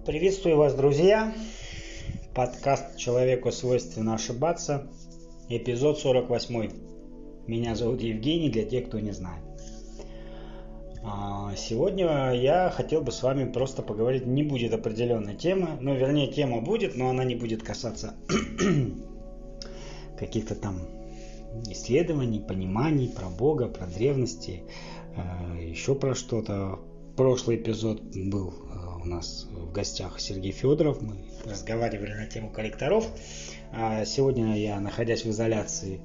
Приветствую вас, друзья! Подкаст «Человеку свойственно ошибаться», эпизод 48. Меня зовут Евгений, для тех, кто не знает. Сегодня я хотел бы с вами просто поговорить, не будет определенной темы, вернее тема будет, но она не будет касаться каких-то там исследований, пониманий про Бога, про древности, еще про что-то. Прошлый эпизод был у нас в гостях Сергей Федоров, мы разговаривали на тему коллекторов. Сегодня я, находясь в изоляции,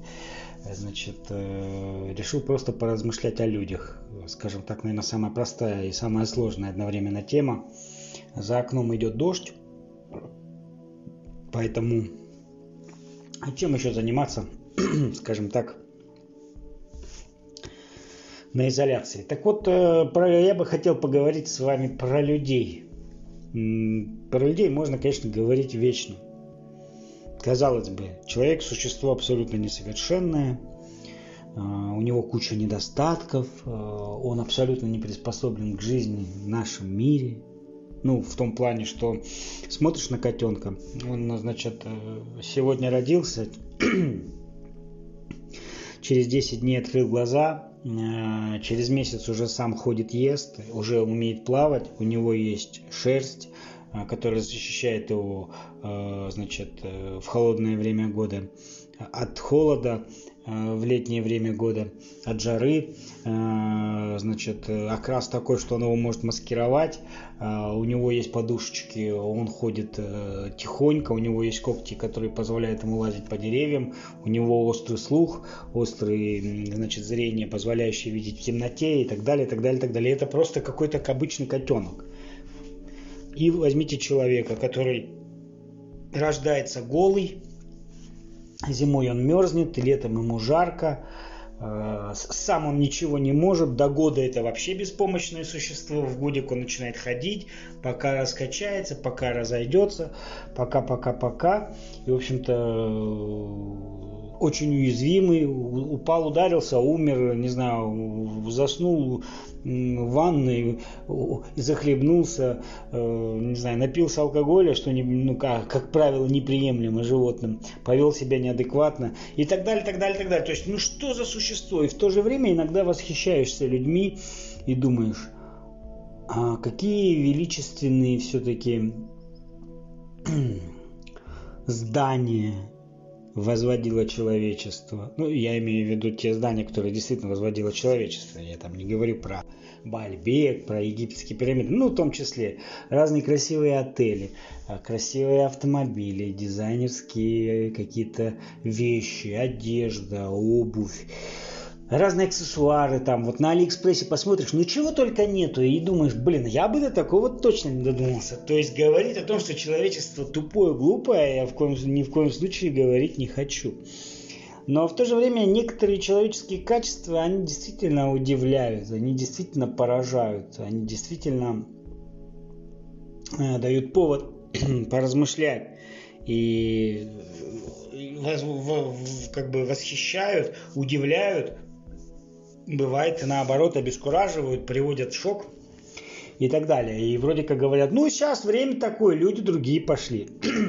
решил просто поразмышлять о людях. Скажем так, наверное, самая простая и самая сложная одновременно тема. За окном идет дождь, поэтому чем еще заниматься, скажем так, на изоляции. Так вот, я бы хотел поговорить с вами про людей. Про людей можно, конечно, говорить вечно. Казалось бы, человек – существо абсолютно несовершенное, у него куча недостатков, он абсолютно не приспособлен к жизни в нашем мире. В том плане, что смотришь на котенка, он, сегодня родился, через 10 дней открыл глаза, через месяц уже сам ходит, ест, уже умеет плавать, у него есть шерсть, которая защищает его, в холодное время года от холода, в летнее время года от жары, окрас такой, что он его может маскировать, у него есть подушечки, он ходит тихонько, у него есть когти, которые позволяют ему лазить по деревьям, у него острый слух, зрение, позволяющее видеть в темноте и так далее, так далее, так далее. Это просто какой-то обычный котенок. И возьмите человека, который рождается голый, зимой он мерзнет, летом ему жарко, сам он ничего не может, до года это вообще беспомощное существо, в годик он начинает ходить, пока раскачается, пока разойдется, пока, и, в общем-то, очень уязвимый, упал, ударился, умер, заснул в ванной и захлебнулся, напился алкоголя, что, как правило, неприемлемо животным, повел себя неадекватно и так далее, так далее, так далее. То есть, что за существо? И в то же время иногда восхищаешься людьми и думаешь, какие величественные все-таки здания возводило человечество. Я имею в виду те здания, которые действительно возводило человечество. Я там не говорю про Баальбек, про египетские пирамиды, в том числе разные красивые отели, красивые автомобили, дизайнерские какие-то вещи, одежда, обувь, разные аксессуары. На Алиэкспрессе посмотришь, чего только нету, и думаешь, я бы до такого точно не додумался. То есть говорить о том, что человечество тупое, глупое, я ни в коем случае говорить не хочу. Но в то же время некоторые человеческие качества, они действительно удивляют, они действительно поражают, они действительно дают повод поразмышлять и восхищают, удивляют, бывает наоборот обескураживают, приводят в шок и так далее. И вроде как говорят, сейчас время такое, люди другие пошли.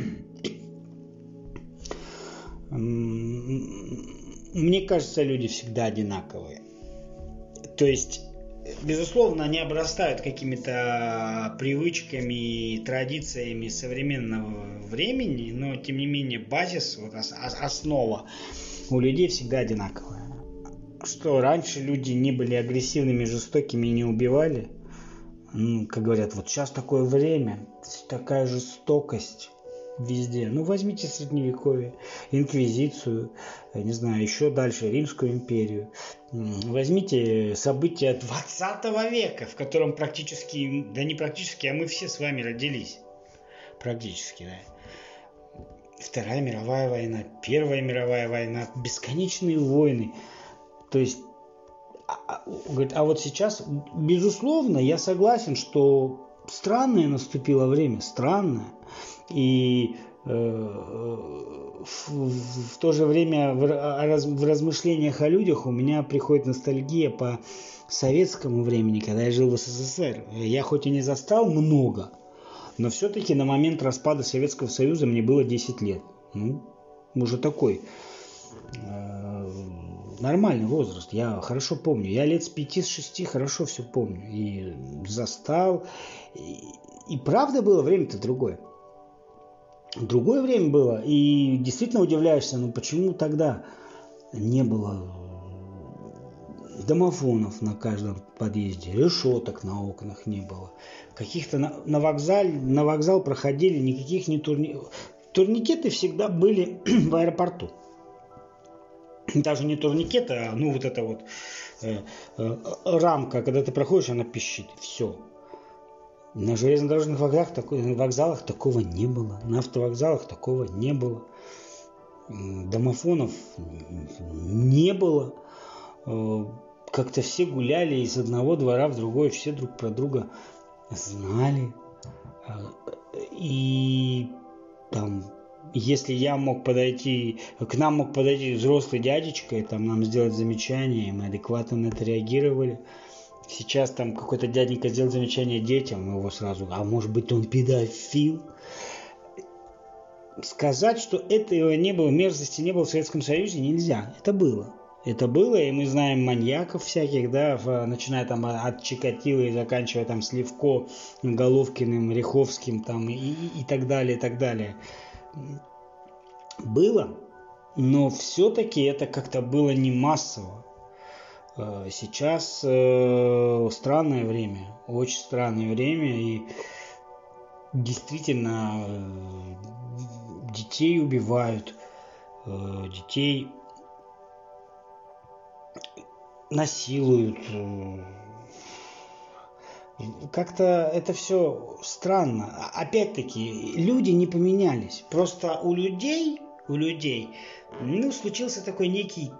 Мне кажется, люди всегда одинаковые. То есть, безусловно, они обрастают какими-то привычками и традициями современного времени, но, тем не менее, базис, основа у людей всегда одинаковая. Что раньше люди не были агрессивными, жестокими и не убивали. Как говорят, сейчас такое время, такая жестокость везде. Возьмите Средневековье, Инквизицию, еще дальше Римскую империю. Возьмите события 20 века, в котором практически, мы все с вами родились. Практически, да. Вторая мировая война, Первая мировая война, бесконечные войны. То есть, сейчас, безусловно, я согласен, что странное наступило время, странное. И в то же время в размышлениях о людях у меня приходит ностальгия по советскому времени, когда я жил в СССР. Я хоть и не застал много, Но все-таки на момент распада Советского Союза мне было 10 лет. Ну, уже такой нормальный возраст. Я хорошо помню. Я лет с 5-6 хорошо все помню. И застал. И правда было время-то другое. Другое время было. И действительно удивляешься, ну почему тогда не было домофонов на каждом подъезде, решеток на окнах не было. Каких-то на вокзал проходили никаких не турникеты всегда были в аэропорту. Даже не турникеты, а ну вот эта вот рамка, когда ты проходишь, она пищит. Все. На железнодорожных вокзалах такого не было. На автовокзалах такого не было. Домофонов не было. Как-то все гуляли из одного двора в другой, все друг про друга знали. И там, если к нам мог подойти взрослый дядечка и там нам сделать замечание, и мы адекватно на это реагировали. Сейчас там какой-то дяденька сделал замечание детям, его сразу, а может быть он педофил. Сказать, что этого не было, мерзости не было в Советском Союзе, нельзя. Это было. Это было, и мы знаем маньяков всяких, да, начиная там от Чикатило и заканчивая там Сливко, Головкиным, Ряховским там и так далее, и так далее. Было, но все-таки это как-то было не массово. Сейчас странное время, очень странное время, и действительно детей убивают, детей насилуют. Как-то это все странно. Опять-таки, люди не поменялись. Просто у людей, ну, случился такой некий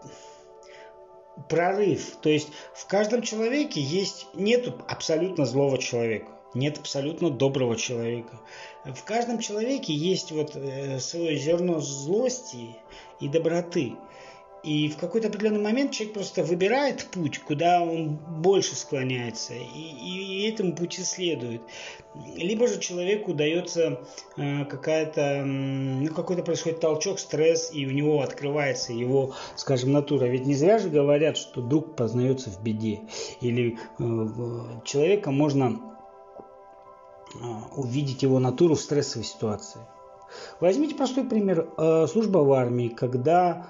прорыв. То есть в каждом человеке нету абсолютно злого человека. Нет абсолютно доброго человека. В каждом человеке есть вот свое зерно злости и доброты. И в какой-то определенный момент человек просто выбирает путь, куда он больше склоняется, и этому пути следует. Либо же человеку дается какой-то происходит толчок, стресс, и у него открывается его, скажем, натура. Ведь не зря же говорят, что друг познается в беде. Или человека можно увидеть его натуру в стрессовой ситуации. Возьмите простой пример. Служба в армии, когда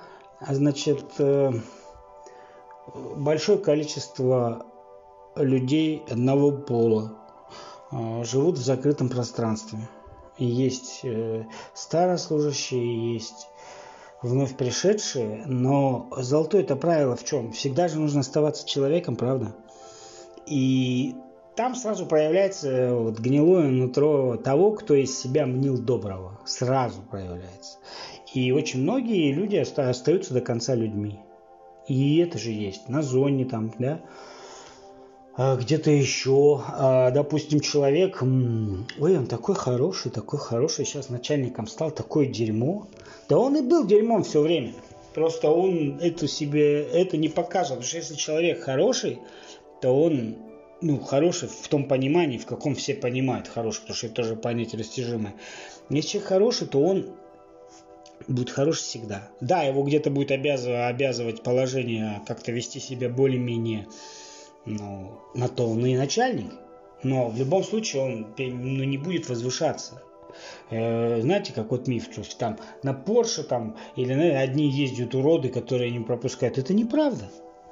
большое количество людей одного пола живут в закрытом пространстве. И есть старослужащие, есть вновь пришедшие, но золотое это правило в чем? Всегда же нужно оставаться человеком, правда? И там сразу проявляется вот гнилое нутро того, кто из себя мнил доброго. Сразу проявляется. И очень многие люди остаются до конца людьми. И это же есть на зоне там, да, где-то еще, допустим, человек, ой, он такой хороший, сейчас начальником стал, такое дерьмо. Да он и был дерьмом все время. Просто он это не покажет. Потому что если человек хороший, то он, хороший в том понимании, в каком все понимают хороший, потому что это тоже понятие растяжимое. Если человек хороший, то он будет хорош всегда. Да, его где-то будет обязывать положение как-то вести себя более-менее, на то он и начальник. Но в любом случае он не будет возвышаться. Знаете, как вот миф, что там на Порше там, или одни ездят уроды, которые не пропускают. Это неправда.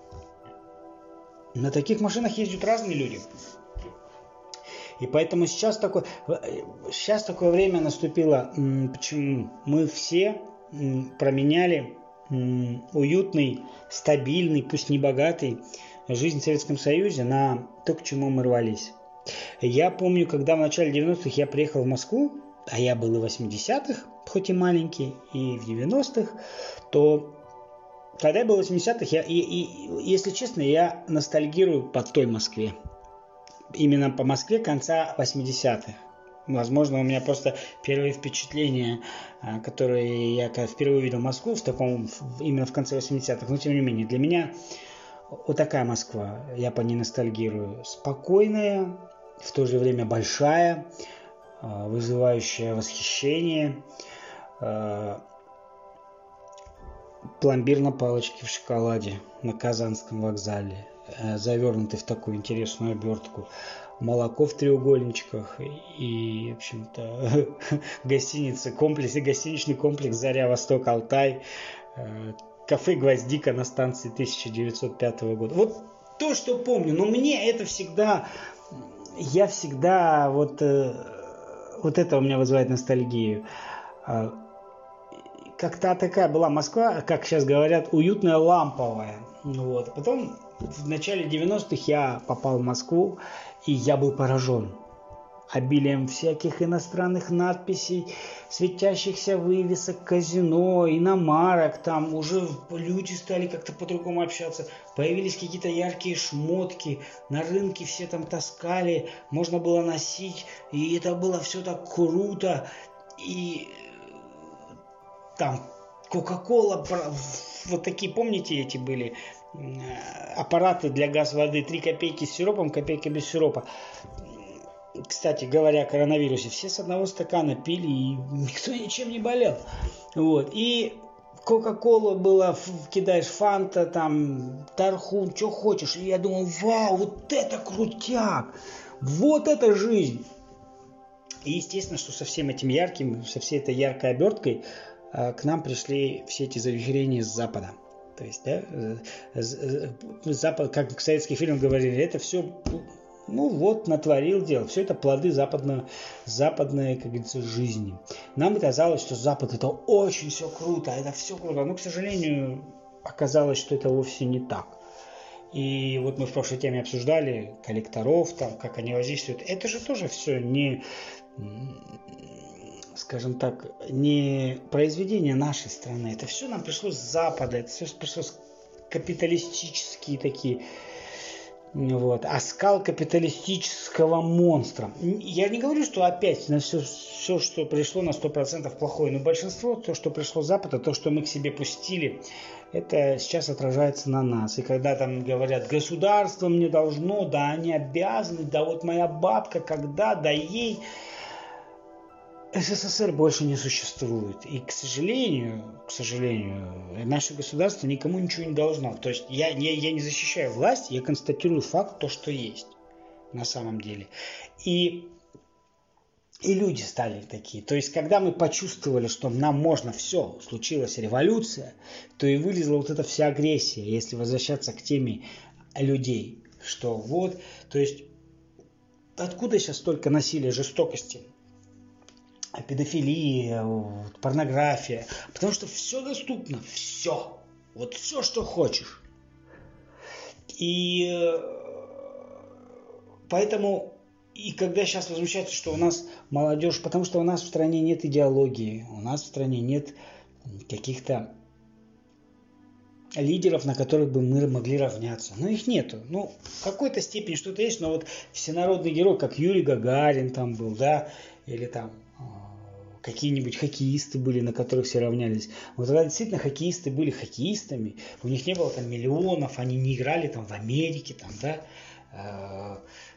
На таких машинах ездят разные люди. И поэтому сейчас такое время наступило, почему мы все променяли уютный, стабильный, пусть не богатый жизнь в Советском Союзе на то, к чему мы рвались. Я помню, когда в начале 90-х я приехал в Москву, а я был и в 80-х, хоть и маленький, и в 90-х, то когда я был в 80-х, если честно, я ностальгирую по той Москве. Именно по Москве конца 80-х. Возможно, у меня просто первые впечатления, которые я впервые увидел Москву именно в конце 80-х. Но тем не менее, для меня вот такая Москва. Я по ней ностальгирую. Спокойная, в то же время большая, вызывающее восхищение. Пломбир на палочке в шоколаде на Казанском вокзале, завернутый в такую интересную обертку. Молоко в треугольничках и, в общем-то, гостиничный комплекс «Заря Восток Алтай», кафе «Гвоздика» на станции 1905 года. Вот то, что помню. Но мне это всегда... Я всегда... Вот это у меня вызывает ностальгию. Как-то такая была Москва, как сейчас говорят, уютная, ламповая. Вот. Потом в начале 90-х я попал в Москву, и я был поражен обилием всяких иностранных надписей, светящихся вывесок, казино, иномарок. Там уже люди стали как-то по-другому общаться. Появились какие-то яркие шмотки. На рынке все там таскали. Можно было носить. И это было все так круто. И там Кока-Кола, вот такие, помните, эти были аппараты для газ-воды, 3 копейки с сиропом, копейка без сиропа. Кстати говоря о коронавирусе, все с одного стакана пили, и никто ничем не болел. Вот. И Кока-Кола была, кидаешь фанта, там, тархун, что хочешь. И я думал, вау, вот это крутяк, вот это жизнь. И естественно, что со всем этим ярким, со всей этой яркой оберткой к нам пришли все эти завихрения с Запада. То есть, да, Запад, как в советских фильмах говорили, это все, ну вот, натворил дел. Все это плоды западной, как говорится, жизни. Нам казалось, что Запад это очень все круто, это все круто. Но, к сожалению, оказалось, что это вовсе не так. И вот мы в прошлой теме обсуждали коллекторов, там, как они воздействуют. Это же тоже все не, скажем так, не произведение нашей страны. Это все нам пришло с Запада, это все пришло с капиталистические такие, вот, оскал капиталистического монстра. Я не говорю, что опять на все, что пришло, на 100% плохое, но большинство, то, что пришло с Запада, то, что мы к себе пустили, это сейчас отражается на нас. И когда там говорят, государство мне должно, да они обязаны, да вот моя бабка когда, да ей... СССР больше не существует. И, к сожалению, наше государство никому ничего не должно. То есть я не защищаю власть, я констатирую факт, то, что есть на самом деле. И люди стали такие. То есть, когда мы почувствовали, что нам можно все, случилась революция, то и вылезла вот эта вся агрессия, если возвращаться к теме людей. Что вот, то есть, откуда сейчас столько насилия, жестокости? Педофилия, порнография, потому что все доступно, все, вот все, что хочешь. И поэтому, и когда сейчас возмущается, что у нас молодежь, потому что у нас в стране нет идеологии, у нас в стране нет каких-то лидеров, на которых бы мы могли равняться. Но их нету. Ну, в какой-то степени что-то есть, но вот всенародный герой, как Юрий Гагарин там был, да, или там какие-нибудь хоккеисты были, на которых все равнялись. Вот тогда действительно хоккеисты были хоккеистами, у них не было там миллионов, они не играли там в Америке, там, да,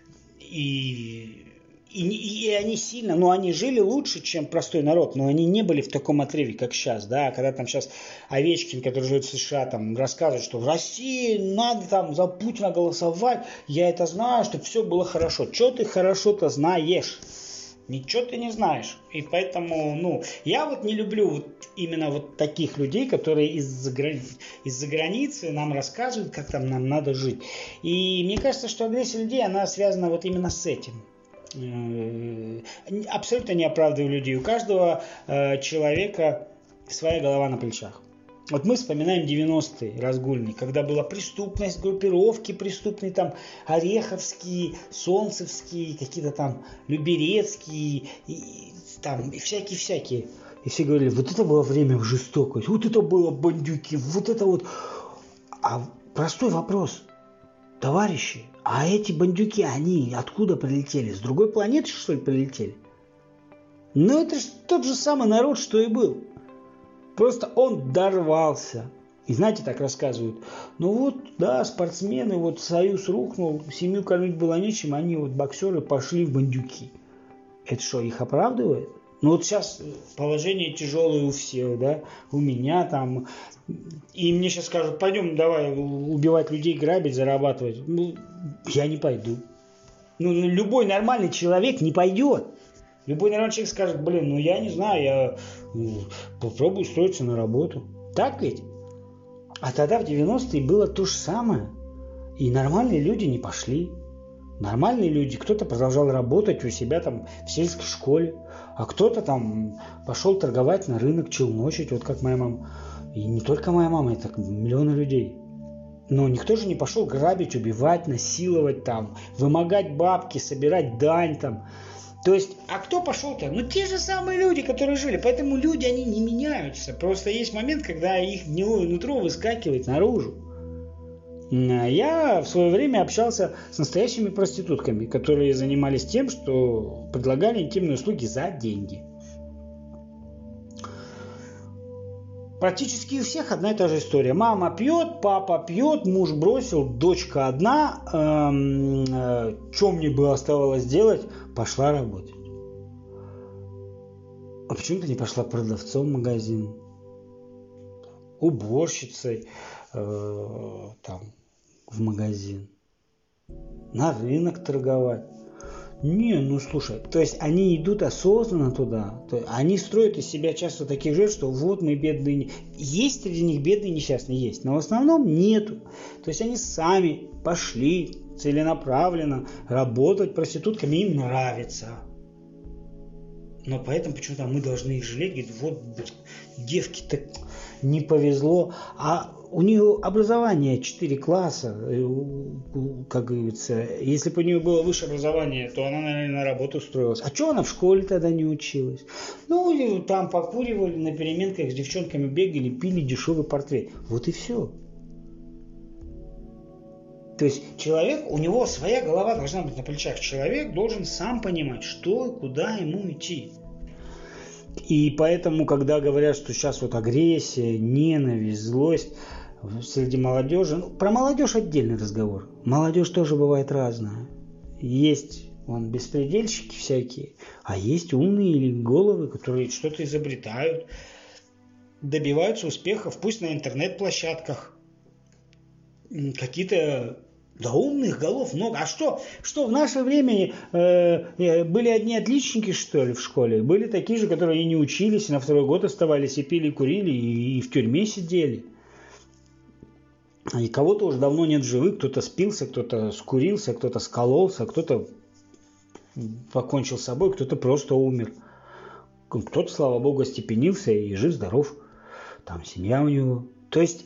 и они сильно, но они жили лучше, чем простой народ, но они не были в таком отрыве, как сейчас, да, когда там сейчас Овечкин, который живет в США, там рассказывает, что в России надо там за Путина голосовать, я это знаю, чтобы все было хорошо. Что ты хорошо-то знаешь? Ничего ты не знаешь. И поэтому, ну, я вот не люблю вот именно вот таких людей, которые из-за границы нам рассказывают, как там нам надо жить. И мне кажется, что агрессия людей, она связана вот именно с этим. Абсолютно не оправдываю людей. У каждого человека своя голова на плечах. Вот мы вспоминаем 90-е разгульные, когда была преступность, группировки преступные, там Ореховские, Солнцевские, какие-то там Люберецкие, и всякие. И все говорили, вот это было время жестокость, вот это было бандюки, вот это вот. А простой вопрос, товарищи, а эти бандюки, они откуда прилетели? С другой планеты, что ли, прилетели? Ну это же тот же самый народ, что и был. Просто он дорвался. И знаете, так рассказывают. Ну вот, да, спортсмены, вот союз рухнул, семью кормить было нечем, они вот боксеры пошли в бандюки. Это что, их оправдывает? Ну вот сейчас положение тяжелое у всех, да, у меня там, и мне сейчас скажут, пойдем, давай убивать людей, грабить, зарабатывать. Ну, я не пойду. Ну, любой нормальный человек не пойдет. Любой нормальный человек скажет, блин, ну я не знаю, я попробую устроиться на работу. Так ведь? А тогда в 90-е было то же самое. И нормальные люди не пошли. Нормальные люди, кто-то продолжал работать у себя там в сельской школе, а кто-то там пошел торговать на рынок, челночить, вот как моя мама. И не только моя мама, это миллионы людей. Но никто же не пошел грабить, убивать, насиловать там, вымогать бабки, собирать дань там. То есть, а кто пошел-то? Ну, те же самые люди, которые жили. Поэтому люди, они не меняются. Просто есть момент, когда их гнилое нутро выскакивает наружу. Я в свое время общался с настоящими проститутками, которые занимались тем, что предлагали интимные услуги за деньги. Практически у всех одна и та же история. Мама пьет, папа пьет, муж бросил, дочка одна. Что мне бы оставалось делать? Пошла работать. А почему ты не пошла продавцом в магазин? Уборщицей там, в магазин? На рынок торговать? Не, ну слушай, то есть они идут осознанно туда, они строят из себя часто таких жертв, что вот мы бедные, есть среди них бедные несчастные, есть, но в основном нету. То есть они сами пошли целенаправленно работать проститутками, им нравится. Но поэтому почему-то мы должны их жалеть, говорит, вот девке-то не повезло, а у нее образование 4 класса, как говорится. Если бы у нее было высшее образование, то она, наверное, на работу устроилась. А что она в школе тогда не училась? Ну, там покуривали, на переменках с девчонками бегали, пили дешевый портвейн. Вот и все. То есть человек, у него своя голова должна быть на плечах. Человек должен сам понимать, что и куда ему идти. И поэтому, когда говорят, что сейчас вот агрессия, ненависть, злость среди молодежи, ну, про молодежь отдельный разговор. Молодежь тоже бывает разная. Есть беспредельщики всякие, а есть умные головы, которые что-то изобретают, добиваются успехов, пусть на интернет-площадках. Какие-то, да, умных голов много. А что в наше время были одни отличники, что ли, в школе? Были такие же, которые и не учились, и на второй год оставались, и пили, и курили, и в тюрьме сидели. И кого-то уже давно нет живых, кто-то спился, кто-то скурился, кто-то скололся, кто-то покончил с собой, кто-то просто умер. Кто-то, слава богу, остепенился и жив-здоров. Там семья у него. То есть,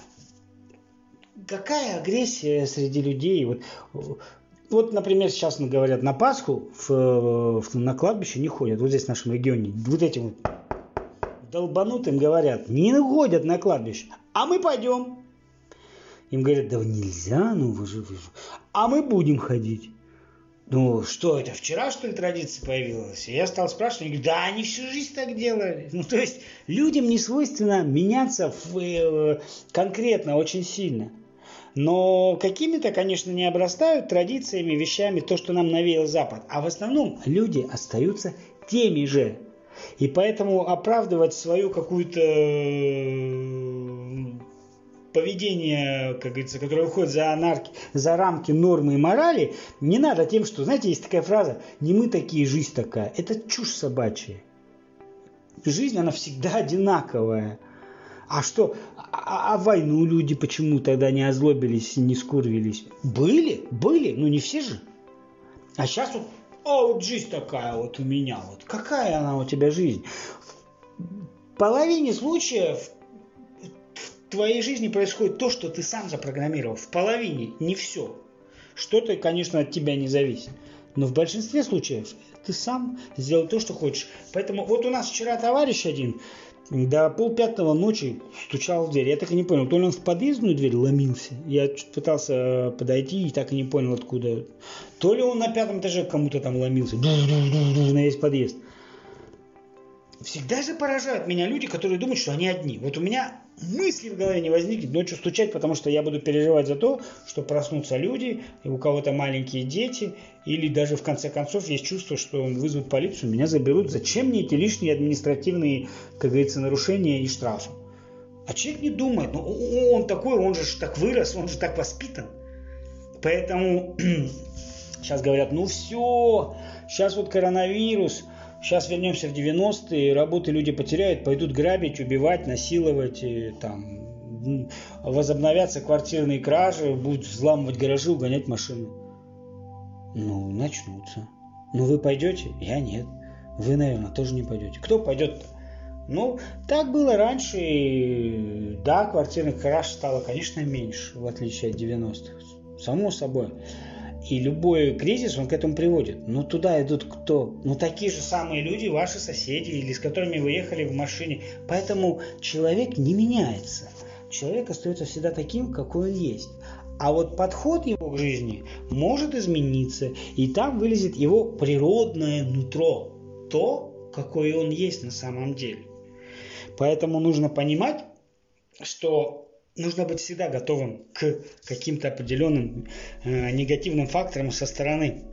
какая агрессия среди людей? Вот, например, сейчас говорят, на Пасху на кладбище не ходят. Вот здесь в нашем регионе. Вот этим вот долбанутым говорят, не ходят на кладбище. А мы пойдем. Им говорят, да нельзя, ну вы же. А мы будем ходить. Ну, что это, вчера, что ли, традиция появилась? И я стал спрашивать, они говорят, да, они всю жизнь так делали. Ну, то есть, людям не свойственно меняться конкретно очень сильно. Но какими-то, конечно, не обрастают традициями, вещами, то, что нам навеял Запад. А в основном люди остаются теми же. И поэтому оправдывать свою какую-то поведение, как говорится, которое выходит за рамки нормы и морали, не надо тем, что, знаете, есть такая фраза, не мы такие, жизнь такая. Это чушь собачья. Жизнь, она всегда одинаковая. А что, а войну люди почему тогда не озлобились и не скурвились? Были, но не все же. А сейчас вот жизнь такая вот у меня, вот какая она у тебя жизнь? В половине случаев в твоей жизни происходит то, что ты сам запрограммировал. В половине, не все. Что-то, конечно, от тебя не зависит. Но в большинстве случаев ты сам сделал то, что хочешь. Поэтому вот у нас вчера товарищ один до 4:30 ночи стучал в дверь. Я так и не понял, то ли он в подъездную дверь ломился. Я пытался подойти и так и не понял, откуда. То ли он на 5 этаже к кому-то там ломился. На весь подъезд. всегда же поражают меня люди, которые думают, что они одни. Вот у меня мысли в голове не возникнет ночью стучать, потому что я буду переживать за то, что проснутся люди, и у кого-то маленькие дети, или даже в конце концов есть чувство, что вызовут полицию, меня заберут. Зачем мне эти лишние административные, как говорится, нарушения и штрафы? А человек не думает, он такой, он же так вырос, он же так воспитан. Поэтому сейчас говорят, все, сейчас вот коронавирус, сейчас вернемся в 90-е, работы люди потеряют, пойдут грабить, убивать, насиловать, там, возобновятся квартирные кражи, будут взламывать гаражи, угонять машины. Начнутся. Вы пойдете? Я нет. Вы, наверное, тоже не пойдете. Кто пойдет-то? Так было раньше, и да, квартирных краж стало, конечно, меньше, в отличие от 90-х. Само собой. И любой кризис, он к этому приводит. Туда идут кто? Такие же самые люди, ваши соседи, или с которыми вы ехали в машине. Поэтому человек не меняется. Человек остается всегда таким, какой он есть. А вот подход его к жизни может измениться, и там вылезет его природное нутро. То, какой он есть на самом деле. Поэтому нужно понимать, что нужно быть всегда готовым к каким-то определенным негативным факторам со стороны.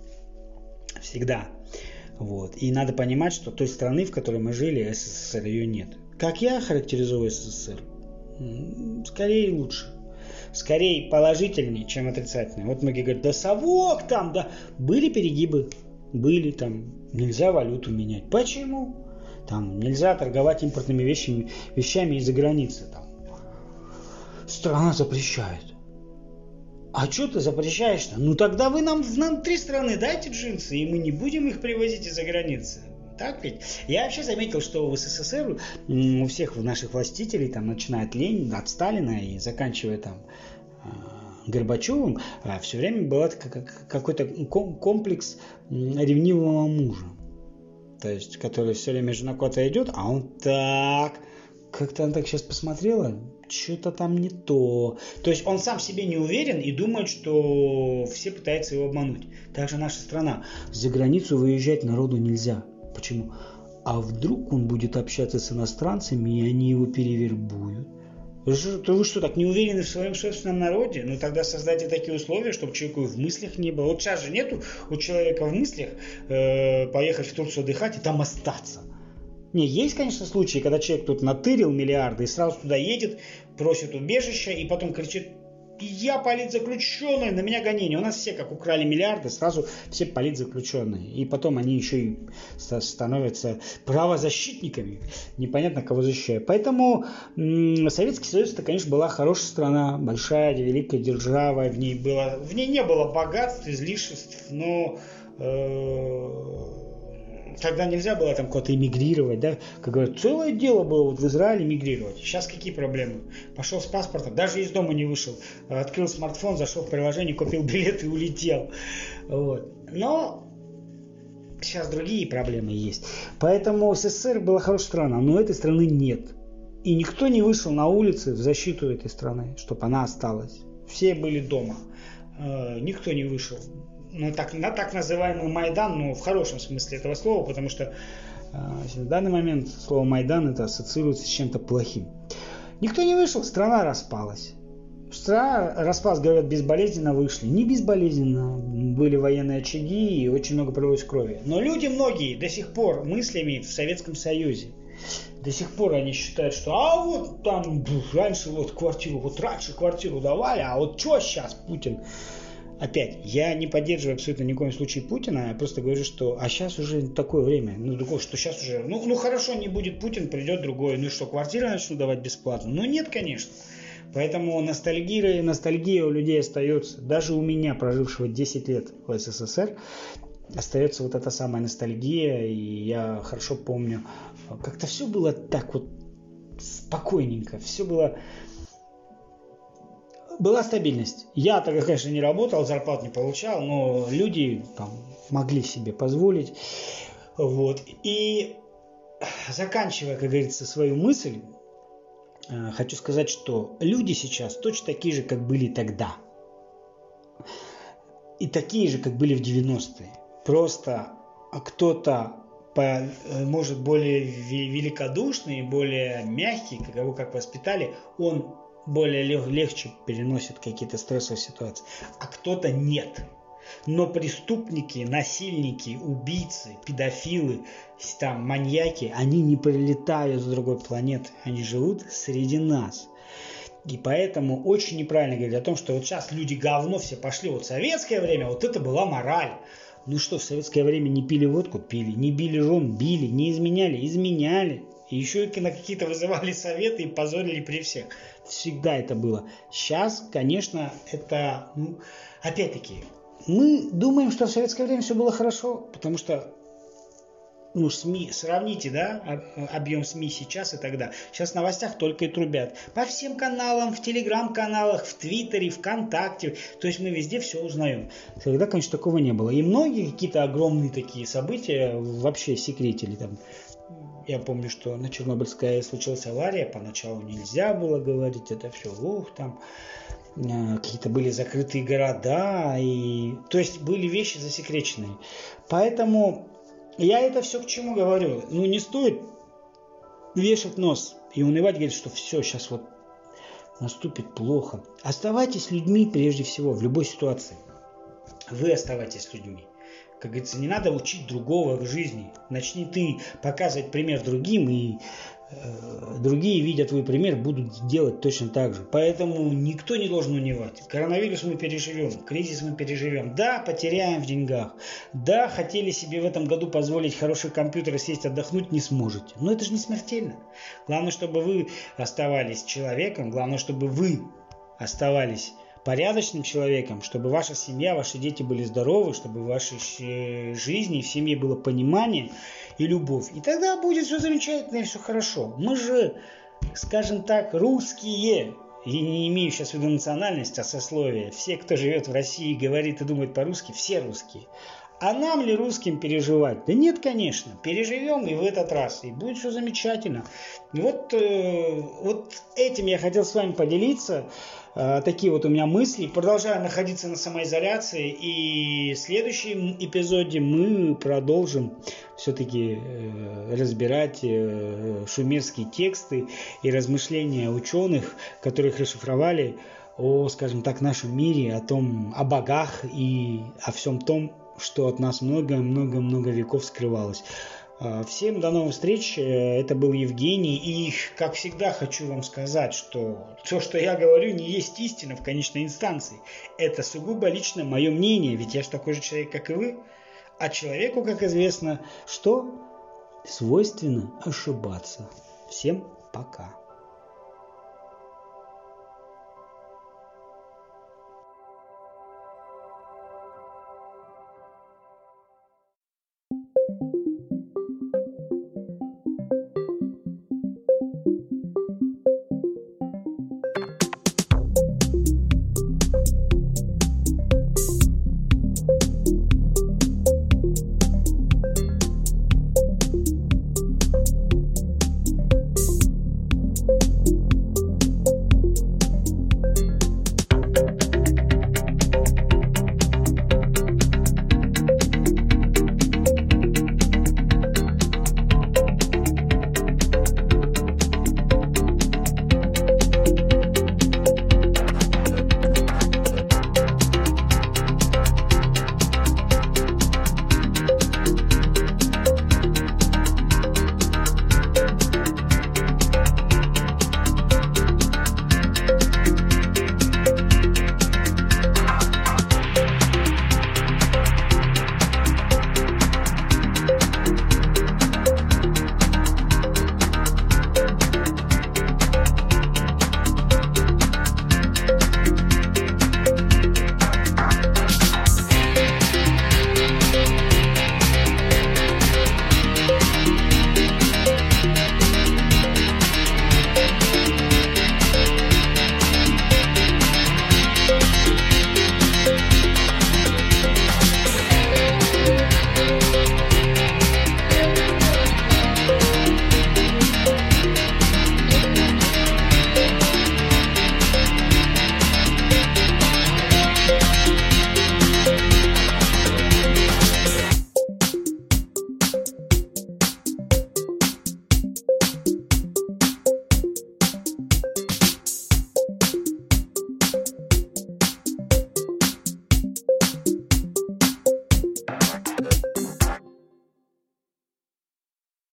Всегда. И надо понимать, что той страны, в которой мы жили, СССР, ее нет. Как я характеризую СССР? Скорее лучше. Скорее положительнее, чем отрицательнее. Вот многие говорят, да совок там, да. Были перегибы, были там, нельзя валюту менять. Почему? Там нельзя торговать импортными вещами из-за границы. Там. Страна запрещает. А что ты запрещаешь-то? Тогда вы нам 3 страны дайте джинсы, и мы не будем их привозить из-за границы. Так ведь? Я вообще заметил, что в СССР у всех наших властителей, там, начиная от Ленина, от Сталина и заканчивая там Горбачевым, все время был какой-то комплекс ревнивого мужа. То есть, который все время жена куда-то идет, а он так, как-то она так сейчас посмотрела, что-то там не то. То есть он сам в себе не уверен и думает, что все пытаются его обмануть. Также наша страна. За границу выезжать народу нельзя. Почему? А вдруг он будет общаться с иностранцами, и они его перевербуют? Вы что, так не уверены в своем собственном народе? Тогда создайте такие условия, чтобы человеку в мыслях не было. Вот сейчас же нету у человека в мыслях поехать в Турцию отдыхать и там остаться. Есть, конечно, случаи, когда человек тут натырил миллиарды и сразу туда едет, просит убежища и потом кричит: я политзаключенный, на меня гонение. У нас все, как украли миллиарды, сразу все политзаключенные. И потом они еще и становятся правозащитниками. Непонятно, кого защищают. Поэтому Советский Союз, это, конечно, была хорошая страна, большая, великая держава. В ней не было богатств, излишеств, но тогда нельзя было там куда-то эмигрировать, да, как говорят, целое дело было в Израиле эмигрировать. Сейчас какие проблемы? Пошел с паспортом, даже из дома не вышел, открыл смартфон, зашел в приложение, купил билет и улетел. Но сейчас другие проблемы есть. Поэтому СССР была хорошая страна, но этой страны нет. И никто не вышел на улицы в защиту этой страны, чтобы она осталась. Все были дома. Никто не вышел. На так называемый Майдан, но в хорошем смысле этого слова, потому что в данный момент слово Майдан это ассоциируется с чем-то плохим. Никто не вышел, страна распалась. Страна распалась, говорят, безболезненно вышли. Не безболезненно, были военные очаги и очень много пролилось крови. Но люди многие до сих пор мыслями в Советском Союзе. До сих пор они считают, что вот там раньше квартиру давали, а вот что сейчас Путин? Опять, я не поддерживаю абсолютно ни в коем случае Путина, я просто говорю, что сейчас уже такое время, что сейчас уже, хорошо, не будет Путин, придет другой, что, квартиры начнут давать бесплатно? Нет, конечно. Поэтому ностальгия у людей остается, даже у меня, прожившего 10 лет в СССР, остается вот эта самая ностальгия, и я хорошо помню, как-то все было так вот спокойненько, все было... Была стабильность. Я тогда, конечно, не работал, зарплат не получал, но люди там могли себе позволить. И заканчивая, как говорится, свою мысль, хочу сказать, что люди сейчас точно такие же, как были тогда. И такие же, как были в 90-е. Просто кто-то может, более великодушный, более мягкий, его как воспитали, он более легче переносит какие-то стрессовые ситуации, а кто-то нет. Но преступники, насильники, убийцы, педофилы, там, маньяки, они не прилетают с другой планеты, они живут среди нас. И поэтому очень неправильно говорить о том, что вот сейчас люди говно все пошли. Вот в советское время вот это была мораль. Ну что, в советское время не пили водку? Пили. Не били жен? Били. Не изменяли? Изменяли. И еще и на какие-то вызывали советы и позорили при всех. Всегда это было. Сейчас, конечно, это, опять-таки, мы думаем, что в советское время все было хорошо, потому что, СМИ, сравните, да, объем СМИ сейчас и тогда. Сейчас в новостях только и трубят. По всем каналам, в телеграм-каналах, в Твиттере, ВКонтакте. То есть мы везде все узнаем. Тогда, конечно, такого не было. И многие какие-то огромные такие события вообще секретили. Там, я помню, что на Чернобыльской АЭС случилась авария. Поначалу нельзя было говорить это все. Там какие-то были закрытые города. То есть были вещи засекреченные. Поэтому я это все к чему говорю. Не стоит вешать нос и унывать, говорить, что все, сейчас вот наступит плохо. Оставайтесь людьми прежде всего в любой ситуации. Вы оставайтесь людьми. Как говорится, не надо учить другого к жизни. Начни ты показывать пример другим, и другие, видя твой пример, будут делать точно так же. Поэтому никто не должен унывать. Коронавирус мы переживем, кризис мы переживем. Да, потеряем в деньгах. Да, хотели себе в этом году позволить хороший компьютер и сесть отдохнуть, не сможете. Но это же не смертельно. Главное, чтобы вы оставались человеком. Главное, чтобы вы оставались порядочным человеком, чтобы ваша семья, ваши дети были здоровы, чтобы в вашей жизни и в семье было понимание и любовь. И тогда будет все замечательно и все хорошо. Мы же, скажем так, русские. Я не имею сейчас в виду национальность, а сословие. Все, кто живет в России, говорит и думает по-русски, все русские. А нам ли русским переживать? Да нет, конечно. Переживем и в этот раз. И будет все замечательно. Вот этим я хотел с вами поделиться. Такие вот у меня мысли. Продолжаю находиться на самоизоляции. И в следующем эпизоде мы продолжим все-таки разбирать шумерские тексты и размышления ученых, которых расшифровали о, скажем так, нашем мире, о богах и о всем том, что от нас много-много-много веков скрывалось. Всем до новых встреч. Это был Евгений. И, как всегда, хочу вам сказать, что то, что я говорю, не есть истина в конечной инстанции. Это сугубо лично мое мнение, ведь я же такой же человек, как и вы. А человеку, как известно, что свойственно ошибаться. Всем пока.